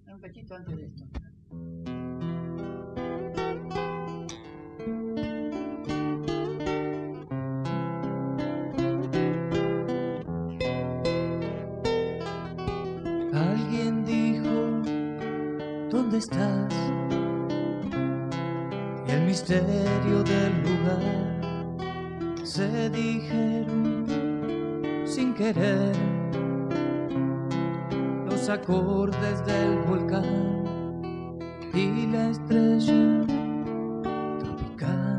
Un cachito antes de esto. Alguien dijo, ¿dónde estás? Y el misterio del lugar se dijeron sin querer los acordes del volcán y la estrella tropical.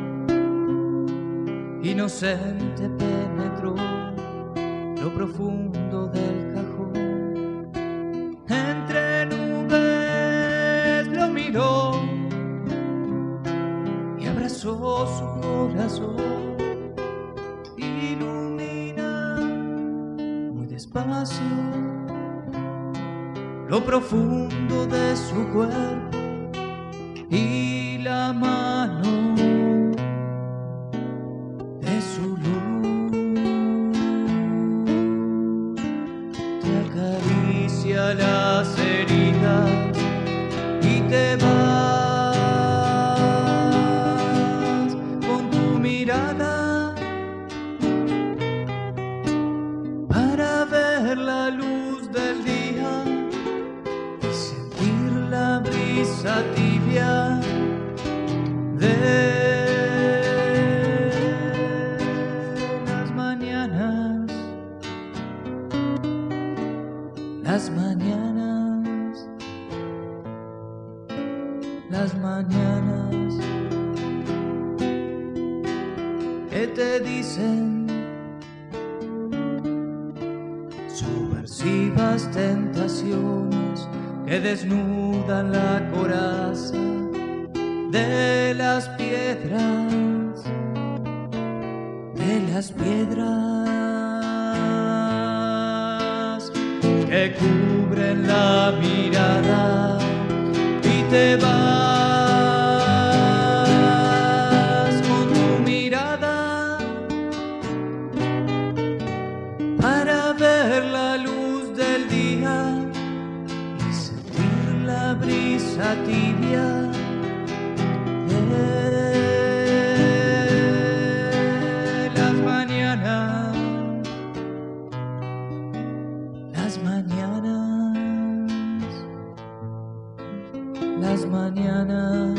Inocente penetró lo profundo del cajón. Entre nubes lo miró y abrazó su corazón. Ilumina muy despacio lo profundo de su cuerpo y la mano de su luz te acaricia las heridas y te vas con tu mirada para ver la luz del día y sentir la brisa tibia de las mañanas, las mañanas, las mañanas que te dicen subversivas tentaciones que desnudan la coraza de las piedras, que cubren la mirada y te vas con tu mirada para ver la luz del día y sentir la brisa tibia de las mañanas, las mañanas, las mañanas.